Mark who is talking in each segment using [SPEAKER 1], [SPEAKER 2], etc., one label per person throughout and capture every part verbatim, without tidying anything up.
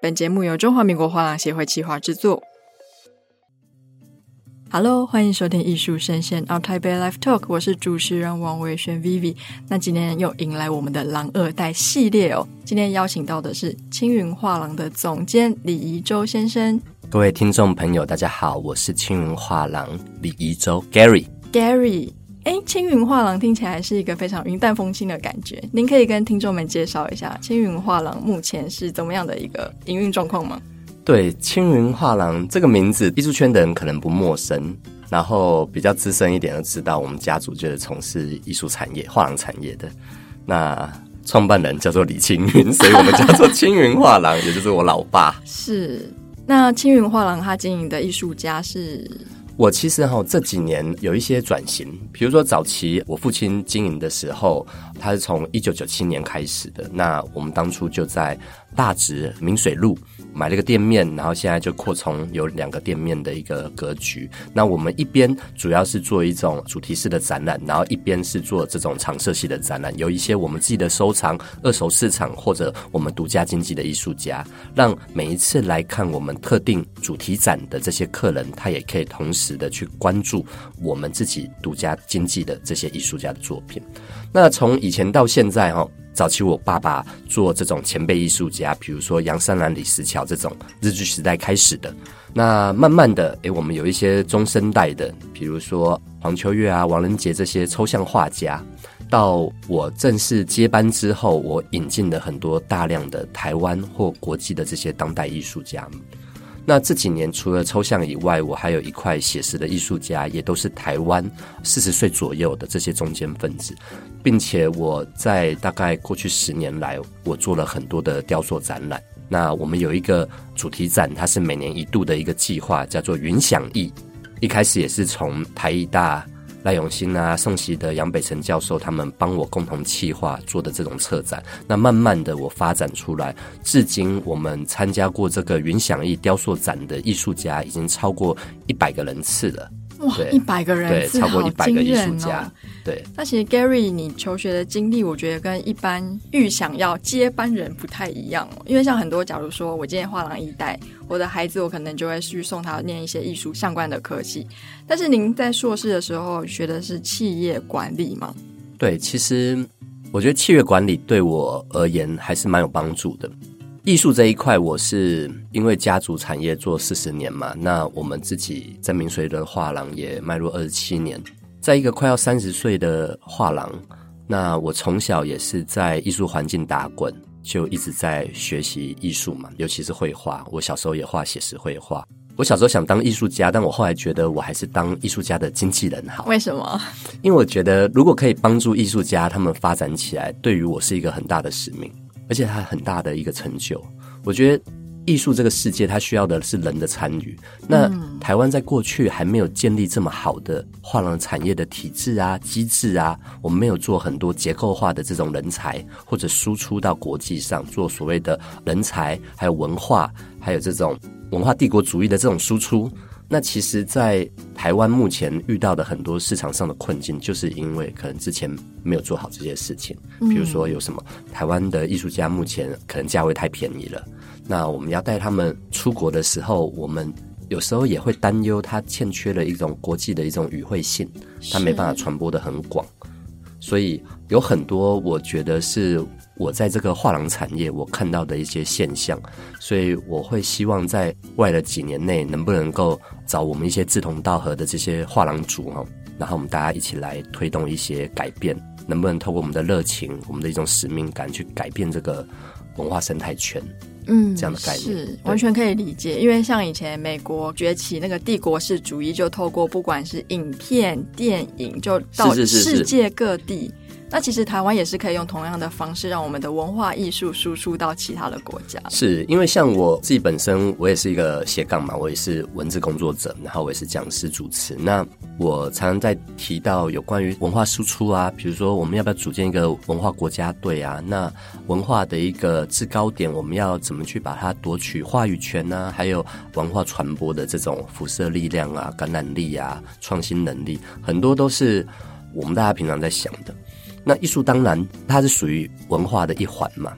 [SPEAKER 1] 本节目由中华民国画廊协会企划制作。Hello， 欢迎收听艺术声线 Out Taipei Live Talk， 我是主持人王维轩 Vivi。那今天又迎来我们的狼二代系列哦，今天邀请到的是青云画廊的总监李宜洲先生。
[SPEAKER 2] 各位听众朋友大家好，我是青云画廊李宜洲 Gary
[SPEAKER 1] Gary。诶，青云画廊听起来是一个非常云淡风轻的感觉，您可以跟听众们介绍一下青云画廊目前是怎么样的一个营运状况吗？
[SPEAKER 2] 对，青云画廊这个名字艺术圈的人可能不陌生，然后比较资深一点都知道我们家族就是从事艺术产业画廊产业的，那创办人叫做李青云，所以我们叫做青云画廊也就是我老爸。
[SPEAKER 1] 是，那青云画廊他经营的艺术家是？
[SPEAKER 2] 我其实哈这几年有一些转型，比如说早期我父亲经营的时候，他是从一九九七年开始的，那我们当初就在大直明水路买了一个店面，然后现在就扩充有两个店面的一个格局。那我们一边主要是做一种主题式的展览，然后一边是做这种常设系的展览，有一些我们自己的收藏、二手市场或者我们独家经济的艺术家，让每一次来看我们特定主题展的这些客人，他也可以同时的去关注我们自己独家经济的这些艺术家的作品。那从以前到现在齁，早期我爸爸做这种前辈艺术家，比如说杨三郎、李石樵这种日据时代开始的，那慢慢的诶我们有一些中生代的，比如说黄秋月啊、王仁杰这些抽象画家，到我正式接班之后，我引进了很多大量的台湾或国际的这些当代艺术家。那这几年除了抽象以外，我还有一块写实的艺术家，也都是台湾四十岁左右的这些中间分子，并且我在大概过去十年来，我做了很多的雕塑展览。那我们有一个主题展，它是每年一度的一个计划，叫做云想艺。一开始也是从台艺大赖永新啊、宋习德、杨北辰教授他们帮我共同企划做的这种策展，那慢慢的我发展出来，至今我们参加过这个云想艺雕塑展的艺术家已经超过一百个人次了。
[SPEAKER 1] 哇，一百个人次，
[SPEAKER 2] 对，超过一百个艺术家、
[SPEAKER 1] 哦。
[SPEAKER 2] 对，
[SPEAKER 1] 那其实 Gary 你求学的经历，我觉得跟一般预想要接班人不太一样哦。因为像很多，假如说我今天画廊一代，我的孩子我可能就会去送他念一些艺术相关的科系。但是您在硕士的时候学的是企业管理吗？
[SPEAKER 2] 对，其实我觉得企业管理对我而言还是蛮有帮助的。艺术这一块，我是因为家族产业做四十年嘛，那我们自己在明水的画廊也迈入二十七年，在一个快要三十岁的画廊，那我从小也是在艺术环境打滚，就一直在学习艺术嘛，尤其是绘画。我小时候也画写实绘画。我小时候想当艺术家，但我后来觉得我还是当艺术家的经纪人好。
[SPEAKER 1] 为什么？
[SPEAKER 2] 因为我觉得如果可以帮助艺术家他们发展起来，对于我是一个很大的使命。而且它很大的一个成就。我觉得艺术这个世界它需要的是人的参与，那台湾在过去还没有建立这么好的画廊产业的体制啊、机制啊，我们没有做很多结构化的这种人才，或者输出到国际上做所谓的人才还有文化，还有这种文化帝国主义的这种输出。那其实在台湾目前遇到的很多市场上的困境，就是因为可能之前没有做好这些事情。比如说有什么台湾的艺术家目前可能价位太便宜了，那我们要带他们出国的时候，我们有时候也会担忧他欠缺了一种国际的一种语汇性，他没办法传播得很广。所以有很多我觉得是我在这个画廊产业我看到的一些现象，所以我会希望在未来的几年内能不能够找我们一些志同道合的这些画廊主，然后我们大家一起来推动一些改变，能不能透过我们的热情，我们的一种使命感去改变这个文化生态圈。嗯，这样的概念
[SPEAKER 1] 是完全可以理解。因为像以前美国崛起那个帝国式主义，就透过不管是影片、电影，就到世界各地。是是是是，那其实台湾也是可以用同样的方式，让我们的文化艺术输出到其他的国家。
[SPEAKER 2] 是因为像我自己本身，我也是一个斜杠嘛，我也是文字工作者，然后我也是讲师主持。那我常常在提到有关于文化输出啊，比如说我们要不要组建一个文化国家队啊？那文化的一个制高点，我们要怎么去把它夺取话语权啊？还有文化传播的这种辐射力量啊、感染力啊、创新能力，很多都是我们大家平常在想的。那艺术当然它是属于文化的一环嘛，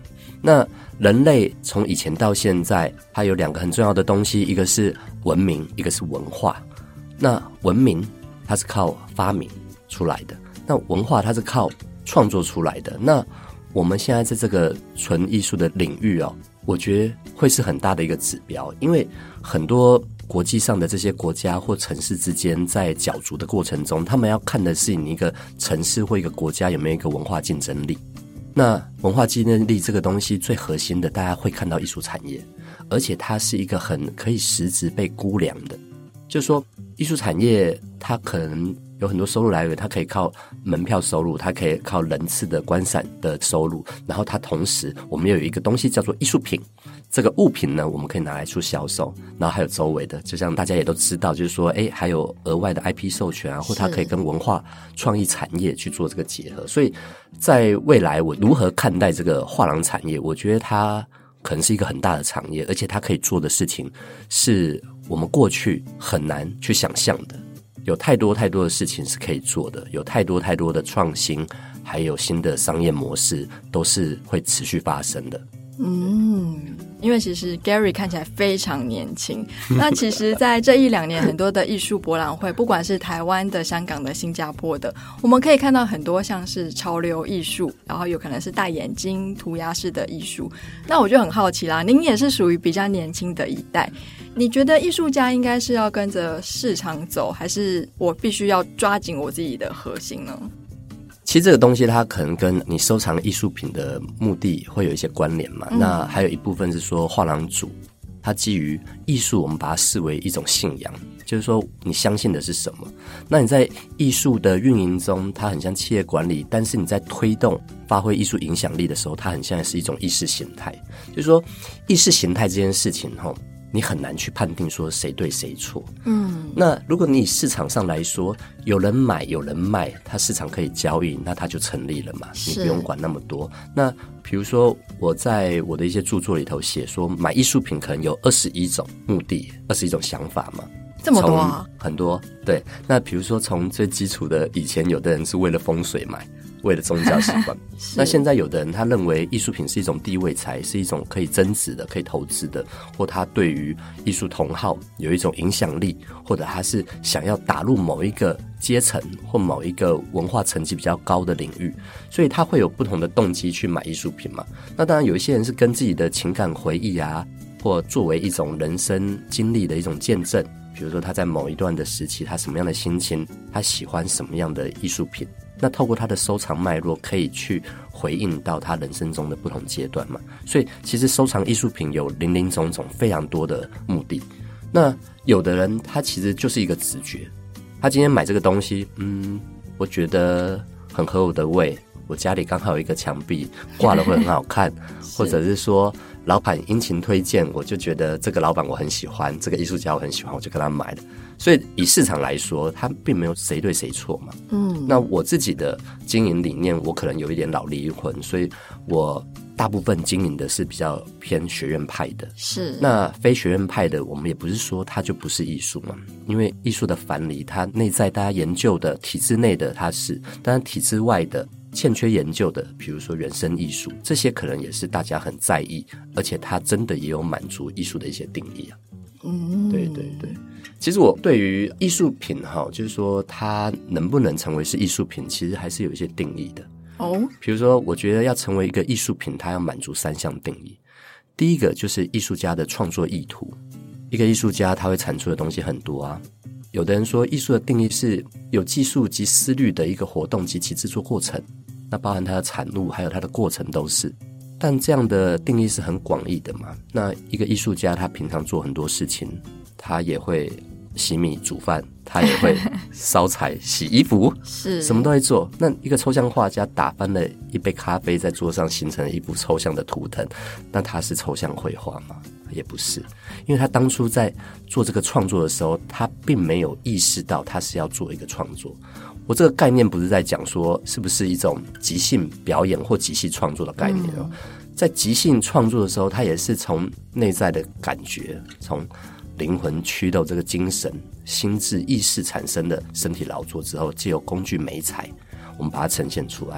[SPEAKER 2] 那人类从以前到现在，它有两个很重要的东西，一个是文明，一个是文化。那文明它是靠发明出来的，那文化它是靠创作出来的。那我们现在在这个纯艺术的领域哦，我觉得会是很大的一个指标，因为很多国际上的这些国家或城市之间在角逐的过程中，他们要看的是你一个城市或一个国家有没有一个文化竞争力。那文化竞争力这个东西最核心的，大家会看到艺术产业，而且它是一个很可以实质被估量的。就是说艺术产业它可能有很多收入来源，它可以靠门票收入，它可以靠人次的观赏的收入，然后它同时我们又有一个东西叫做艺术品，这个物品呢我们可以拿来做销售，然后还有周围的，就像大家也都知道，就是说诶还有额外的 I P 授权啊，或它可以跟文化创意产业去做这个结合。所以在未来我如何看待这个画廊产业，我觉得它可能是一个很大的产业，而且它可以做的事情是我们过去很难去想象的，有太多太多的事情是可以做的，有太多太多的创新，还有新的商业模式都是会持续发生的。
[SPEAKER 1] 嗯，因为其实 Gary 看起来非常年轻，那其实在这一两年很多的艺术博览会，不管是台湾的、香港的、新加坡的，我们可以看到很多像是潮流艺术，然后有可能是戴眼镜涂鸦式的艺术。那我就很好奇啦，您也是属于比较年轻的一代，你觉得艺术家应该是要跟着市场走，还是我必须要抓紧我自己的核心呢？
[SPEAKER 2] 其实这个东西它可能跟你收藏艺术品的目的会有一些关联嘛、嗯、那还有一部分是说画廊主他基于艺术，我们把它视为一种信仰，就是说你相信的是什么。那你在艺术的运营中，它很像企业管理，但是你在推动发挥艺术影响力的时候，它很像是一种意识形态。就是说意识形态这件事情你很难去判定说谁对谁错。嗯，那如果你以市场上来说，有人买有人卖，它市场可以交易，那它就成立了嘛，你不用管那么多。那比如说我在我的一些著作里头写说，买艺术品可能有二十一种目的，二十一种想法嘛，
[SPEAKER 1] 这么多啊？
[SPEAKER 2] 很多。对，那比如说从最基础的，以前有的人是为了风水买，为了宗教习惯那现在有的人他认为艺术品是一种地位财，是一种可以增值的，可以投资的，或他对于艺术同好有一种影响力，或者他是想要打入某一个阶层或某一个文化层级比较高的领域，所以他会有不同的动机去买艺术品嘛。那当然有一些人是跟自己的情感回忆啊，或作为一种人生经历的一种见证，比如说他在某一段的时期他什么样的心情，他喜欢什么样的艺术品，那透过他的收藏脉络可以去回应到他人生中的不同阶段嘛。所以其实收藏艺术品有林林总总非常多的目的。那有的人他其实就是一个直觉，他今天买这个东西，嗯，我觉得很合我的胃，我家里刚好有一个墙壁挂了会很好看或者是说老板殷勤推荐，我就觉得这个老板我很喜欢，这个艺术家我很喜欢，我就跟他买了。所以以市场来说，它并没有谁对谁错嘛。嗯，那我自己的经营理念，我可能有一点老灵魂，所以我大部分经营的是比较偏学院派的。是，那非学院派的，我们也不是说它就不是艺术嘛，因为艺术的樊篱，它内在大家研究的体制内的它是，当然体制外的欠缺研究的，比如说原生艺术，这些可能也是大家很在意，而且它真的也有满足艺术的一些定义啊。嗯，对对对。其实我对于艺术品哈，就是说它能不能成为是艺术品，其实还是有一些定义的。哦，比如说我觉得要成为一个艺术品，它要满足三项定义。第一个就是艺术家的创作意图，一个艺术家他会产出的东西很多啊。有的人说艺术的定义是有技术及思虑的一个活动及其制作过程，那包含它的产物还有它的过程都是，但这样的定义是很广义的嘛。那一个艺术家他平常做很多事情，他也会洗米煮饭，他也会烧柴洗衣服是什么都会做。那一个抽象画家打翻了一杯咖啡在桌上形成了一幅抽象的图腾，那他是抽象绘画吗？也不是，因为他当初在做这个创作的时候，他并没有意识到他是要做一个创作。我这个概念不是在讲说是不是一种即兴表演或即兴创作的概念哦、嗯，在即兴创作的时候，他也是从内在的感觉，从灵魂驱动这个精神、心智、意识产生的身体劳作之后，藉由工具媒材，我们把它呈现出来。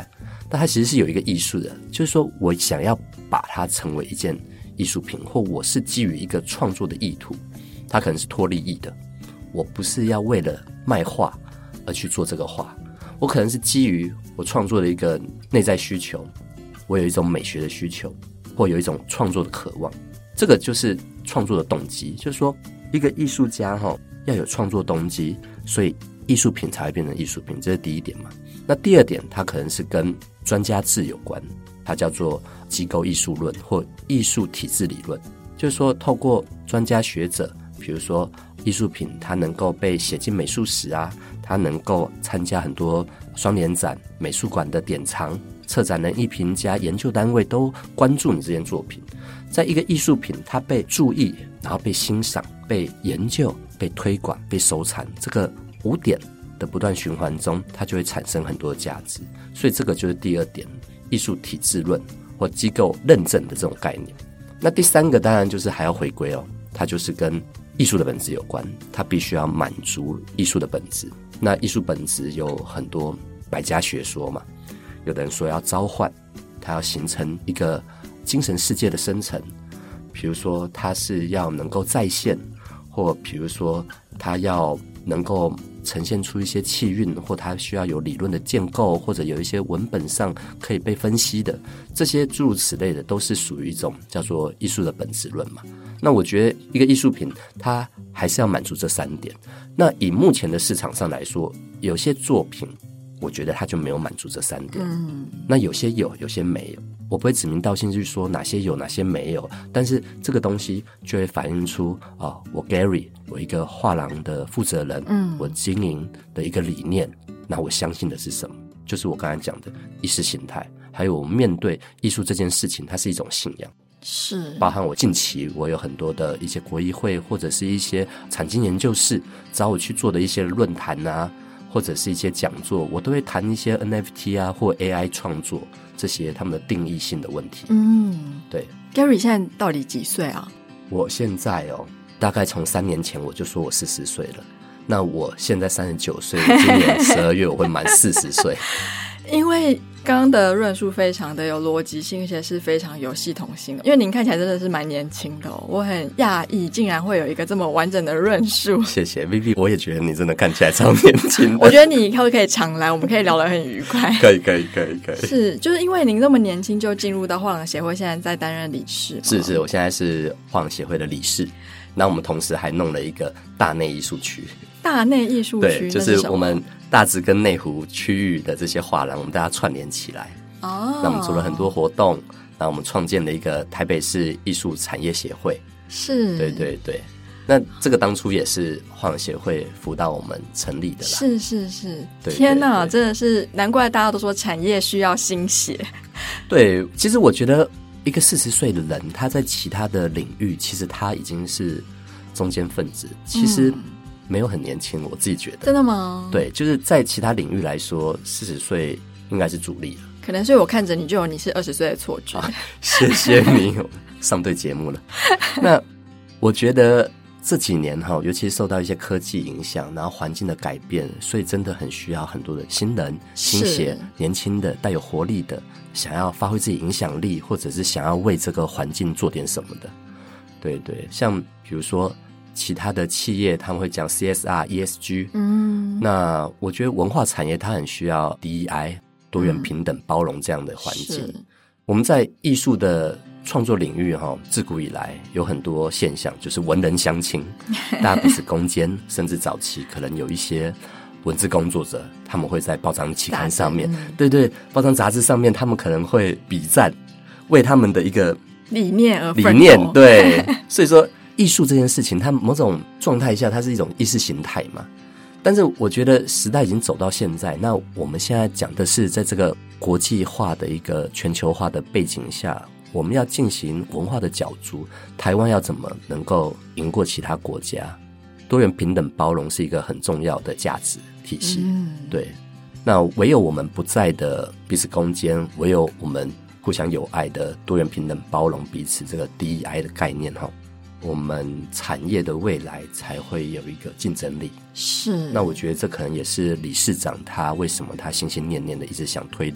[SPEAKER 2] 但它其实是有一个艺术的，就是说我想要把它成为一件艺术品，或我是基于一个创作的意图，它可能是脱离意的，我不是要为了卖画而去做这个画，我可能是基于我创作的一个内在需求，我有一种美学的需求，或有一种创作的渴望，这个就是创作的动机。就是说一个艺术家齁要有创作动机，所以艺术品才会变成艺术品，这是第一点嘛。那第二点，它可能是跟专家制有关，它叫做机构艺术论或艺术体制理论，就是说透过专家学者，比如说艺术品它能够被写进美术史啊，它能够参加很多双年展、美术馆的典藏，策展人、艺评家、研究单位都关注你这件作品。在一个艺术品它被注意，然后被欣赏、被研究、被推广、被收藏，这个五点的不断循环中，它就会产生很多的价值。所以这个就是第二点，艺术体制论或机构认证的这种概念。那第三个当然就是还要回归哦，它就是跟艺术的本质有关，它必须要满足艺术的本质。那艺术本质有很多百家学说嘛，有的人说要召唤，它要形成一个精神世界的生成，比如说它是要能够再现，或比如说它要能够呈现出一些气韵，或它需要有理论的建构，或者有一些文本上可以被分析的，这些诸如此类的都是属于一种叫做艺术的本质论嘛。那我觉得一个艺术品它还是要满足这三点。那以目前的市场上来说，有些作品我觉得它就没有满足这三点，嗯，那有些有，有些没有，我不会指名道姓去说哪些有哪些没有，但是这个东西就会反映出啊、哦，我 Gary 我一个画廊的负责人，嗯，我经营的一个理念，那我相信的是什么？就是我刚才讲的意识形态，还有我面对艺术这件事情，它是一种信仰。是，包含我近期我有很多的一些国艺会或者是一些产经研究室找我去做的一些论坛啊，或者是一些讲座，我都会谈一些 N F T 啊或 A I 创作这些他们的定义性的问题。嗯，对。
[SPEAKER 1] Gary 现在到底几岁啊？
[SPEAKER 2] 我现在哦，大概从三年前我就说我四十岁了，那我现在三十九岁，今年十二月我会满四十岁。
[SPEAKER 1] 因为刚刚的论述非常的有逻辑性，而且是非常有系统性的。因为您看起来真的是蛮年轻的哦，我很讶异竟然会有一个这么完整的论述。
[SPEAKER 2] 谢谢 Vivi， 我也觉得你真的看起来超年轻的。
[SPEAKER 1] 我觉得你以后可以常来，我们可以聊得很愉快。
[SPEAKER 2] 可以可以可以可以。
[SPEAKER 1] 是，就是因为您这么年轻就进入到画廊协会，现在在担任理事。
[SPEAKER 2] 是是，我现在是画廊协会的理事。那我们同时还弄了一个大内艺术区。
[SPEAKER 1] 大内艺术区，
[SPEAKER 2] 对，就是我们大直跟内湖区域的这些画廊，我们大家串联起来。哦，那我们做了很多活动，那我们创建了一个台北市艺术产业协会。
[SPEAKER 1] 是，
[SPEAKER 2] 对对对。那这个当初也是画廊协会辅导我们成立的啦。
[SPEAKER 1] 是是是，天哪，真的是难怪大家都说产业需要新血。
[SPEAKER 2] 对，其实我觉得一个四十岁的人，他在其他的领域，其实他已经是中间分子，其实没有很年轻，我自己觉得。
[SPEAKER 1] 真的吗？
[SPEAKER 2] 对，就是在其他领域来说，四十岁应该是主力了。
[SPEAKER 1] 可能是我看着你就有你是二十岁的错觉。啊，
[SPEAKER 2] 谢谢你上对节目了。那我觉得这几年哈，尤其受到一些科技影响，然后环境的改变，所以真的很需要很多的新人、新血、年轻的、带有活力的，想要发挥自己影响力，或者是想要为这个环境做点什么的。对对，像比如说其他的企业他们会讲 C S R、E S G， 嗯，那我觉得文化产业它很需要 D E I。多元平等包容这样的环境，嗯，我们在艺术的创作领域哈，自古以来有很多现象，就是文人相亲，大家彼此攻坚，甚至早期可能有一些文字工作者，他们会在报章期刊上面，嗯，对对，报章杂志上面，他们可能会比战，为他们的一个
[SPEAKER 1] 理念而
[SPEAKER 2] 理念，对，所以说艺术这件事情，它某种状态下，它是一种意识形态嘛。但是我觉得时代已经走到现在，那我们现在讲的是在这个国际化的一个全球化的背景下，我们要进行文化的角逐，台湾要怎么能够赢过其他国家？多元平等包容是一个很重要的价值体系，嗯，对。那唯有我们不再的彼此攻坚，唯有我们互相友爱的多元平等包容彼此这个 D E I 的概念哈，我们产业的未来才会有一个竞争力。是，那我觉得这可能也是理事长他为什么他心心念念的一直想推动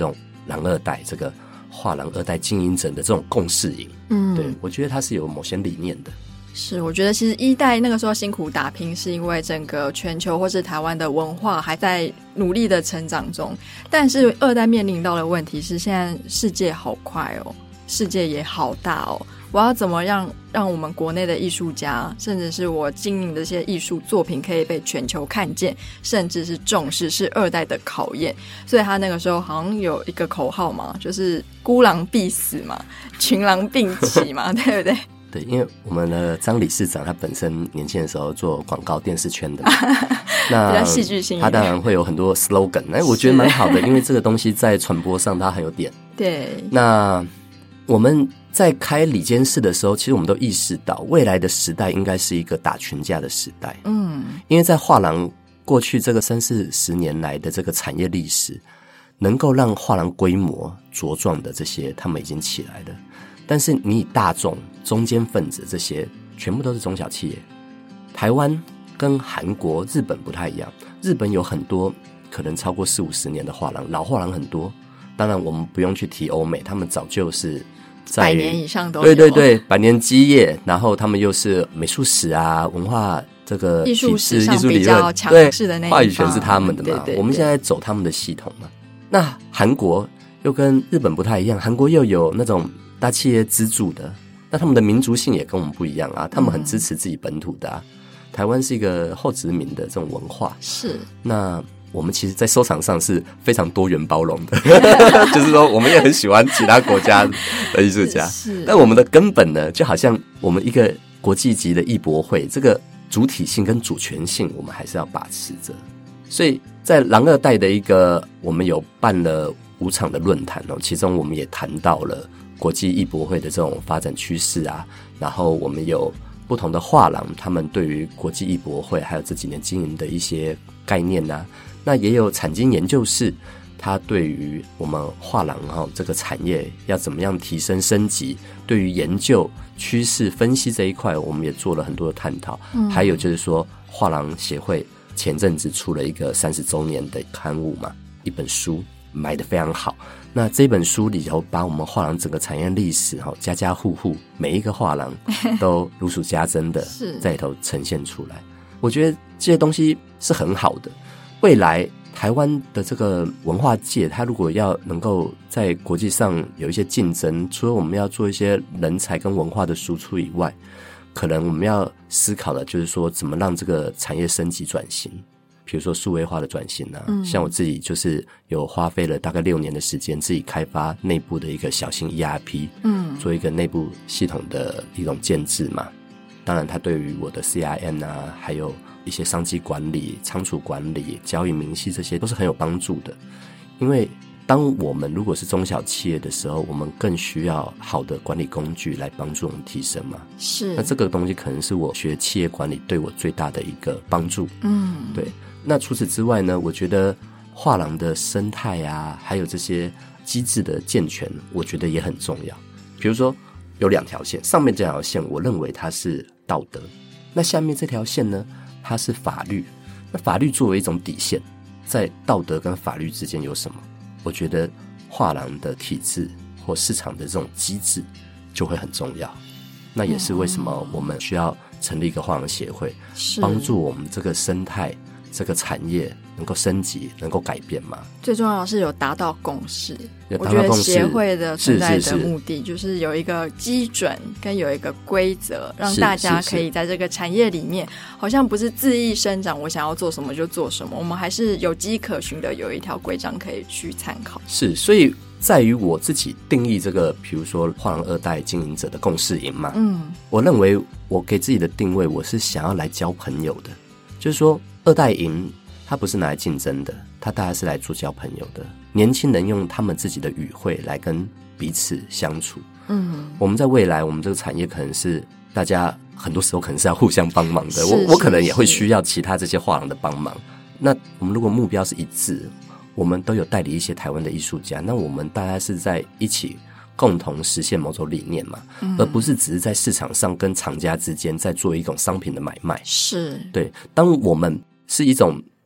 [SPEAKER 2] 狼二代这个画廊二代经营者的这种共识营。嗯，对，我觉得它是有某些理念的。
[SPEAKER 1] 是，我觉得其实一代那个时候辛苦打拼，是因为整个全球或是台湾的文化还在努力的成长中，但是二代面临到的问题是，现在世界好快哦，世界也好大哦，我要怎么让让我们国内的艺术家，甚至是我经营的这些艺术作品可以被全球看见，甚至是重视，是二代的考验。所以他那个时候好像有一个口号嘛，就是孤狼必死嘛，群狼并起嘛，对不对？
[SPEAKER 2] 对，因为我们的张理事长他本身年轻的时候做广告电视圈的，那
[SPEAKER 1] 比较戏剧性一点，
[SPEAKER 2] 他当然会有很多 slogan， 哎，我觉得蛮好的，因为这个东西在传播上它很有点。
[SPEAKER 1] 对，
[SPEAKER 2] 那我们在开里监事的时候，其实我们都意识到，未来的时代应该是一个打群架的时代。嗯，因为在画廊过去这个三四十年来的这个产业历史，能够让画廊规模茁壮的这些，他们已经起来了。但是你以大众、中间分子这些，全部都是中小企业。台湾跟韩国、日本不太一样，日本有很多可能超过四五十年的画廊，老画廊很多。当然，我们不用去提欧美，他们早就是在
[SPEAKER 1] 百年以上都有，
[SPEAKER 2] 对对对，百年基业。然后他们又是美术史啊、文化这个
[SPEAKER 1] 艺术史上
[SPEAKER 2] 艺术理
[SPEAKER 1] 比较
[SPEAKER 2] 论，
[SPEAKER 1] 强势的那一方，
[SPEAKER 2] 话语权是他们的嘛。
[SPEAKER 1] 对对对，
[SPEAKER 2] 我们现在走他们的系统嘛。那韩国又跟日本不太一样，韩国又有那种大企业资助的，那他们的民族性也跟我们不一样啊，他们很支持自己本土的啊。嗯、台湾是一个后殖民的这种文化，
[SPEAKER 1] 是
[SPEAKER 2] 那我们其实在收藏上是非常多元包容的，就是说我们也很喜欢其他国家的艺术家，但我们的根本呢，就好像我们一个国际级的艺博会，这个主体性跟主权性我们还是要把持着。所以在狼二代的一个，我们有办了五场的论坛哦，其中我们也谈到了国际艺博会的这种发展趋势啊，然后我们有不同的画廊，他们对于国际艺博会还有这几年经营的一些概念啊，那也有产经研究室，它对于我们画廊哈这个产业要怎么样提升升级，对于研究趋势分析这一块，我们也做了很多的探讨。嗯、还有就是说，画廊协会前阵子出了一个三十周年的刊物嘛，一本书卖得非常好。那这本书里头把我们画廊整个产业历史哈，家家户户每一个画廊都如数家珍的在里头呈现出来。我觉得这些东西是很好的。未来台湾的这个文化界，它如果要能够在国际上有一些竞争，除了我们要做一些人才跟文化的输出以外，可能我们要思考的就是说怎么让这个产业升级转型。比如说数位化的转型啊、嗯，像我自己就是有花费了大概六年的时间，自己开发内部的一个小型 E R P， 嗯，做一个内部系统的一种建制嘛。当然它对于我的 C R M 啊，还有一些商机管理、仓储管理、交易明细，这些都是很有帮助的。因为当我们如果是中小企业的时候，我们更需要好的管理工具来帮助我们提升嘛。
[SPEAKER 1] 是，
[SPEAKER 2] 那这个东西可能是我学企业管理对我最大的一个帮助。嗯，对。那除此之外呢，我觉得画廊的生态啊，还有这些机制的健全，我觉得也很重要。比如说有两条线，上面这条线我认为它是道德，那下面这条线呢，它是法律。那法律作为一种底线，在道德跟法律之间有什么？我觉得画廊的体制或市场的这种机制就会很重要。那也是为什么我们需要成立一个画廊协会，帮助我们这个生态这个产业能够升级，能够改变嘛。最重要的是有达到共识。我觉得协会的存在的目的就是有一个基准跟有一个规则，让大家可以在这个产业里面好像不是恣意生长，我想要做什么就做什么，我们还是有迹可循的有一条规章可以去参考。是，所以在于我自己定义这个比如说画廊二代经营者的共识营嘛，嗯，我认为我给自己的定位，我是想要来交朋友的，就是说二代营它不是拿来竞争的，它大概是来做交朋友的。年轻人用他们自己的语汇来跟彼此相处。嗯，我们在未来，我们这个产业可能是大家很多时候可能是要互相帮忙的。我我可能也会需要其他这些画廊的帮忙。那我们如果目标是一致，我们都有代理一些台湾的艺术家，那我们大家是在一起共同实现某种理念嘛，嗯、而不是只是在市场上跟厂家之间在做一种商品的买卖。是，对。当我们是一种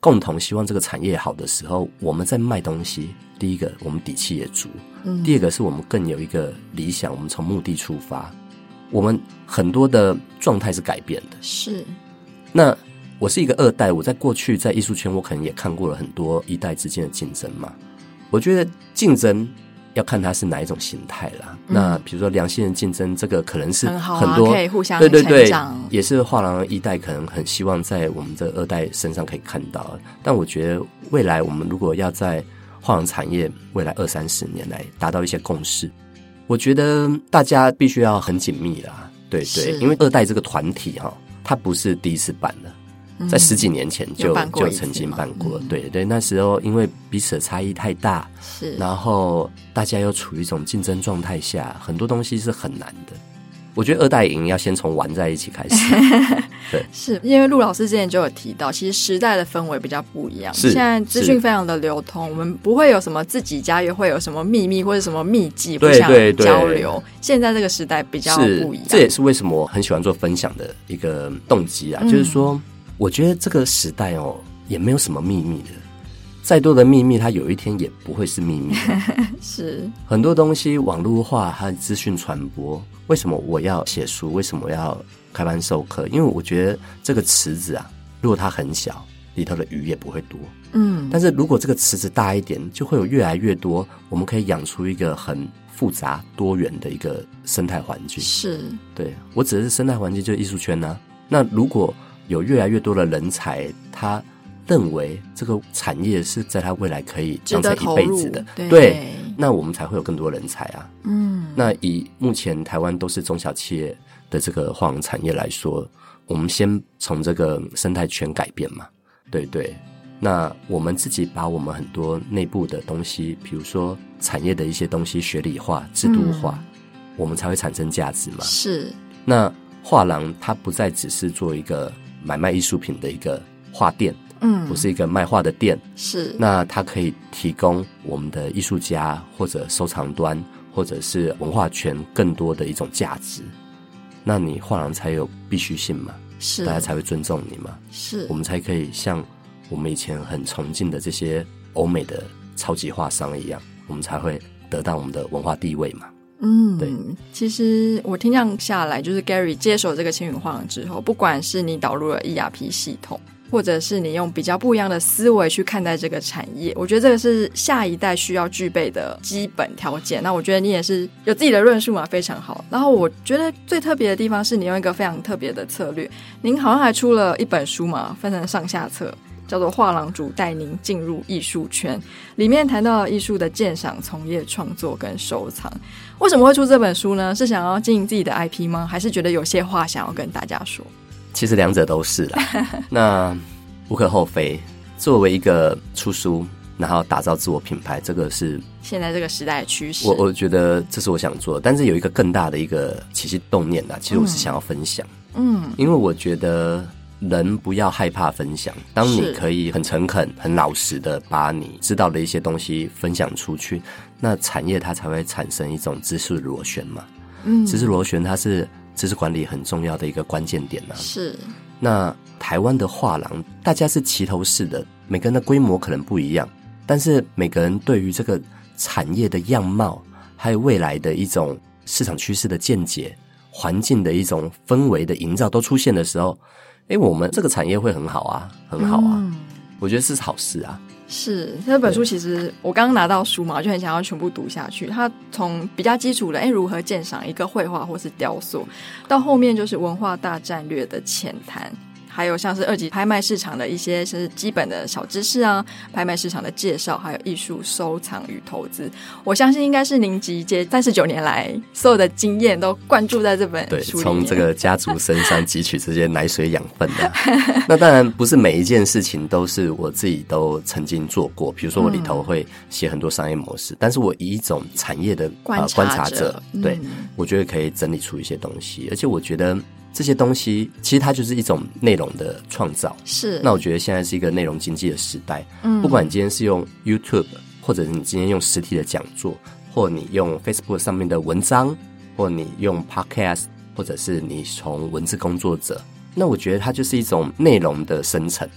[SPEAKER 2] 共同希望这个产业好的时候，我们在卖东西，第一个我们底气也足，嗯，第二个是我们更有一个理想，我们从目的出发，我们很多的状态是改变的。
[SPEAKER 1] 是，
[SPEAKER 2] 那我是一个二代，我在过去在艺术圈我可能也看过了很多一代之间的竞争嘛，我觉得竞争要看它是哪一种形态啦、嗯、那比如说良性的竞争，这个可能是很多
[SPEAKER 1] 很好、啊、可以互相
[SPEAKER 2] 对对对
[SPEAKER 1] 成长，
[SPEAKER 2] 也是画廊一代可能很希望在我们这二代身上可以看到。但我觉得未来我们如果要在画廊产业未来二三十年来达到一些共识，我觉得大家必须要很紧密啦，对对，因为二代这个团体哈，它不是第一次办了。在十几年前就、嗯、就曾经办过、嗯、对对，那时候因为彼此的差异太大，
[SPEAKER 1] 是，
[SPEAKER 2] 然后大家又处于一种竞争状态下，很多东西是很难的。我觉得二代营要先从玩在一起开始对，
[SPEAKER 1] 是因为陆老师之前就有提到，其实时代的氛围比较不一样，现在资讯非常的流通，我们不会有什么自己家约会有什么秘密或者什么秘籍不想交流，现在这个时代比较不一样。
[SPEAKER 2] 这也是为什么我很喜欢做分享的一个动机啊、嗯、就是说我觉得这个时代哦，也没有什么秘密的，再多的秘密它有一天也不会是秘密
[SPEAKER 1] 是，
[SPEAKER 2] 很多东西网络化和资讯传播，为什么我要写书，为什么我要开班授课，因为我觉得这个池子啊，如果它很小，里头的鱼也不会多，嗯，但是如果这个池子大一点，就会有越来越多，我们可以养出一个很复杂多元的一个生态环境。
[SPEAKER 1] 是，
[SPEAKER 2] 对，我指的是生态环境就是艺术圈啊，那如果有越来越多的人才，他认为这个产业是在他未来可以当成一辈子的， 对, 对，那我们才会有更多人才啊。嗯，那以目前台湾都是中小企业的这个画廊产业来说，我们先从这个生态圈改变嘛，对对。那我们自己把我们很多内部的东西，比如说产业的一些东西学理化、制度化、嗯，我们才会产生价值嘛。
[SPEAKER 1] 是。
[SPEAKER 2] 那画廊它不再只是做一个买卖艺术品的一个画店，嗯，不是一个卖画的店，
[SPEAKER 1] 是。
[SPEAKER 2] 那它可以提供我们的艺术家或者收藏端或者是文化圈更多的一种价值，那你画廊才有必须性嘛，
[SPEAKER 1] 是，
[SPEAKER 2] 大家才会尊重你嘛，
[SPEAKER 1] 是，
[SPEAKER 2] 我们才可以像我们以前很崇敬的这些欧美的超级画商一样，我们才会得到我们的文化地位嘛。
[SPEAKER 1] 嗯，对，其实我听这样下来，就是 Gary 接手这个青云画廊之后，不管是你导入了 E R P 系统，或者是你用比较不一样的思维去看待这个产业，我觉得这个是下一代需要具备的基本条件。那我觉得你也是有自己的论述嘛，非常好。然后我觉得最特别的地方是你用一个非常特别的策略，您好像还出了一本书嘛，分成上下册，叫做《画廊主带您进入艺术圈》，里面谈到艺术的鉴赏、从业、创作跟收藏。为什么会出这本书呢？是想要经营自己的 I P 吗？还是觉得有些话想要跟大家说？
[SPEAKER 2] 其实两者都是啦那无可厚非，作为一个出书然后打造自我品牌，这个是
[SPEAKER 1] 现在这个时代的趋势，
[SPEAKER 2] 我我觉得这是我想做的。但是有一个更大的一个起心动念啦，其实我是想要分享，嗯，因为我觉得人不要害怕分享，当你可以很诚恳很老实的把你知道的一些东西分享出去，那产业它才会产生一种知识螺旋嘛。嗯，知识螺旋它是知识管理很重要的一个关键点啊。
[SPEAKER 1] 是。
[SPEAKER 2] 那台湾的画廊大家是齐头式的，每个人的规模可能不一样，但是每个人对于这个产业的样貌还有未来的一种市场趋势的见解，环境的一种氛围的营造都出现的时候，诶，我们这个产业会很好啊，很好啊、嗯、我觉得是好事啊。
[SPEAKER 1] 是，这本书其实我刚刚拿到书嘛，我就很想要全部读下去。它从比较基础的诶如何鉴赏一个绘画或是雕塑，到后面就是文化大战略的浅谈，还有像是二级拍卖市场的一些是基本的小知识啊，拍卖市场的介绍，还有艺术收藏与投资。我相信应该是您集结三十九年来所有的经验都灌注在这本书里面，对，
[SPEAKER 2] 从这个家族身上汲取这些奶水养分的那当然不是每一件事情都是我自己都曾经做过，比如说我里头会写很多商业模式、嗯、但是我以一种产业的
[SPEAKER 1] 观察者、
[SPEAKER 2] 呃、观察者、嗯、对，我觉得可以整理出一些东西，而且我觉得这些东西其实它就是一种内容的创造。
[SPEAKER 1] 是，
[SPEAKER 2] 那我觉得现在是一个内容经济的时代、嗯、不管你今天是用 YouTube， 或者你今天用实体的讲座，或你用 Facebook 上面的文章，或你用 Podcast， 或者是你从文字工作者，那我觉得它就是一种内容的生成。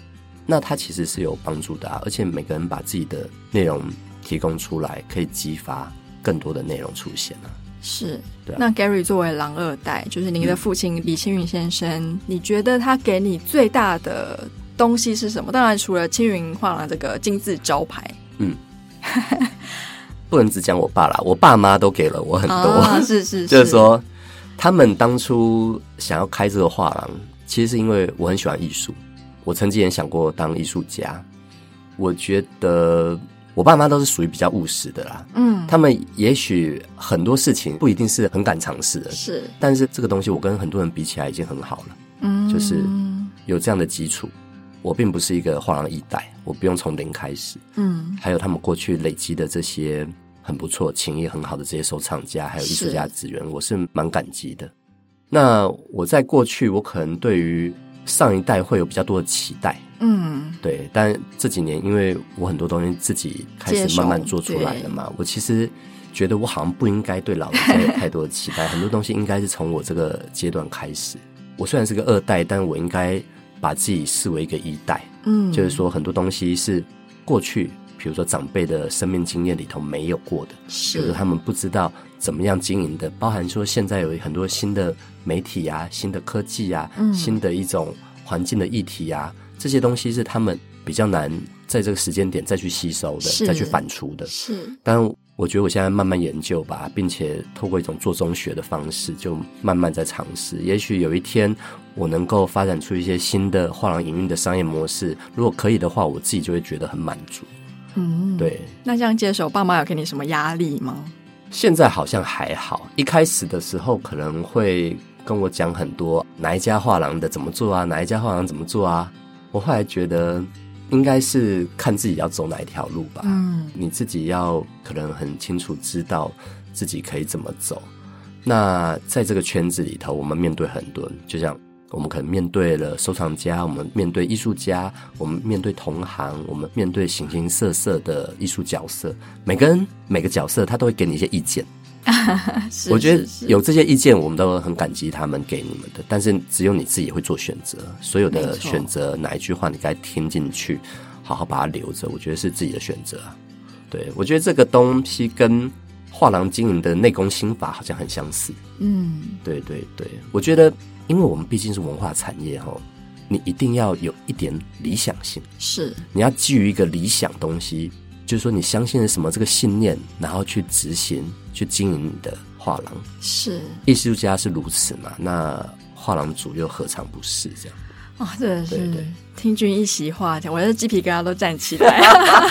[SPEAKER 2] 那它其实是有帮助的啊，而且每个人把自己的内容提供出来，可以激发更多的内容出现啊。
[SPEAKER 1] 是，
[SPEAKER 2] 对啊。
[SPEAKER 1] 那 Gary 作为狼二代，就是您的父亲李青云先生、嗯、你觉得他给你最大的东西是什么？当然除了青云画廊这个金字招牌，嗯，
[SPEAKER 2] 不能只讲我爸啦，我爸妈都给了我很多，
[SPEAKER 1] 啊、是是是，
[SPEAKER 2] 就是说他们当初想要开这个画廊，其实是因为我很喜欢艺术，我曾经也想过当艺术家。我觉得我爸妈都是属于比较务实的啦，嗯，他们也许很多事情不一定是很敢尝试的，
[SPEAKER 1] 是，
[SPEAKER 2] 但是这个东西我跟很多人比起来已经很好了，嗯，就是有这样的基础。我并不是一个画廊一代，我不用从零开始，嗯，还有他们过去累积的这些很不错、情谊很好的这些收藏家，还有艺术家资源，我是蛮感激的。那我在过去，我可能对于上一代会有比较多的期待，嗯，对，但这几年因为我很多东西自己开始慢慢做出来了嘛，我其实觉得我好像不应该对老人家有太多的期待，很多东西应该是从我这个阶段开始。我虽然是个二代，但我应该把自己视为一个一代，嗯，就是说很多东西是过去比如说长辈的生命经验里头没有过的，比如说他们不知道怎么样经营的，包含说现在有很多新的媒体啊、新的科技啊、嗯、新的一种环境的议题啊，这些东西是他们比较难在这个时间点再去吸收的，再去反刍的。是，但我觉得我现在慢慢研究吧，并且透过一种做中学的方式，就慢慢在尝试。也许有一天我能够发展出一些新的画廊营运的商业模式，如果可以的话，我自己就会觉得很满足。嗯，对。
[SPEAKER 1] 那这样接手，爸妈有给你什么压力吗？
[SPEAKER 2] 现在好像还好，一开始的时候可能会跟我讲很多哪一家画廊的怎么做啊，哪一家画廊怎么做啊。我后来觉得应该是看自己要走哪一条路吧，嗯，你自己要可能很清楚知道自己可以怎么走。那在这个圈子里头，我们面对很多人，就像我们可能面对了收藏家，我们面对艺术家，我们面对同行，我们面对形形色色的艺术角色，每个人每个角色他都会给你一些意见。我觉得有这些意见我们都很感激他们给你们的，但是只有你自己会做选择，所有的选择哪一句话你该听进去，好好把它留着，我觉得是自己的选择。对，我觉得这个东西跟画廊经营的内功心法好像很相似。嗯，对对对，我觉得因为我们毕竟是文化产业齁，你一定要有一点理想性，是你要基于一个理想东西，就是说你相信了什么这个信念，然后去执行去经营你的画廊。是艺术家是如此嘛，那画廊主又何尝不是这样？
[SPEAKER 1] 哦，真的是对对听君一席话讲，我的鸡皮疙瘩都站起来。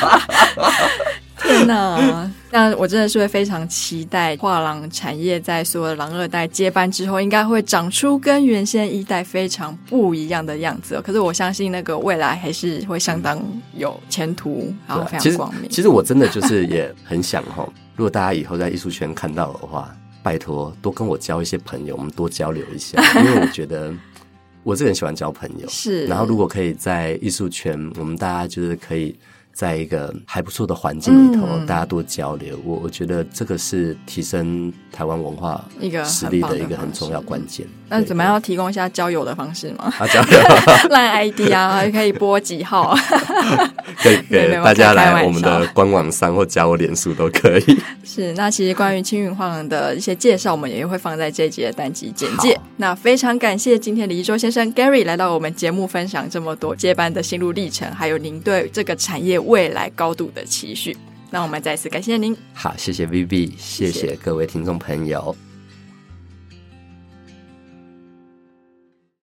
[SPEAKER 1] 天哪！那我真的是会非常期待画廊产业在所有的狼二代接班之后，应该会长出跟原先一代非常不一样的样子、哦、可是我相信那个未来还是会相当有前途，然后非常光明。
[SPEAKER 2] 其实, 其实我真的就是也很想如果大家以后在艺术圈看到的话，拜托多跟我交一些朋友，我们多交流一下，因为我觉得我这个人喜欢交朋友。是，然后如果可以在艺术圈，我们大家就是可以在一个还不错的环境里头、嗯、大家多交流，我我觉得这个是提升台湾文化实力的一个很重要关键。
[SPEAKER 1] 那怎么样提供一下交友的方式吗？啊，交友烂 I D 啊，可以拨几号？
[SPEAKER 2] 可以给大家来我们的官网上或加我脸书都可以。
[SPEAKER 1] 是，那其实关于青云画廊的一些介绍，我们也会放在这一集的单集简介。那非常感谢今天李一舟先生 Gary 来到我们节目，分享这么多接班的心路历程，还有您对这个产业未来高度的期许。那我们再次感谢您。
[SPEAKER 2] 好，谢谢 V V， 谢谢各位听众朋友。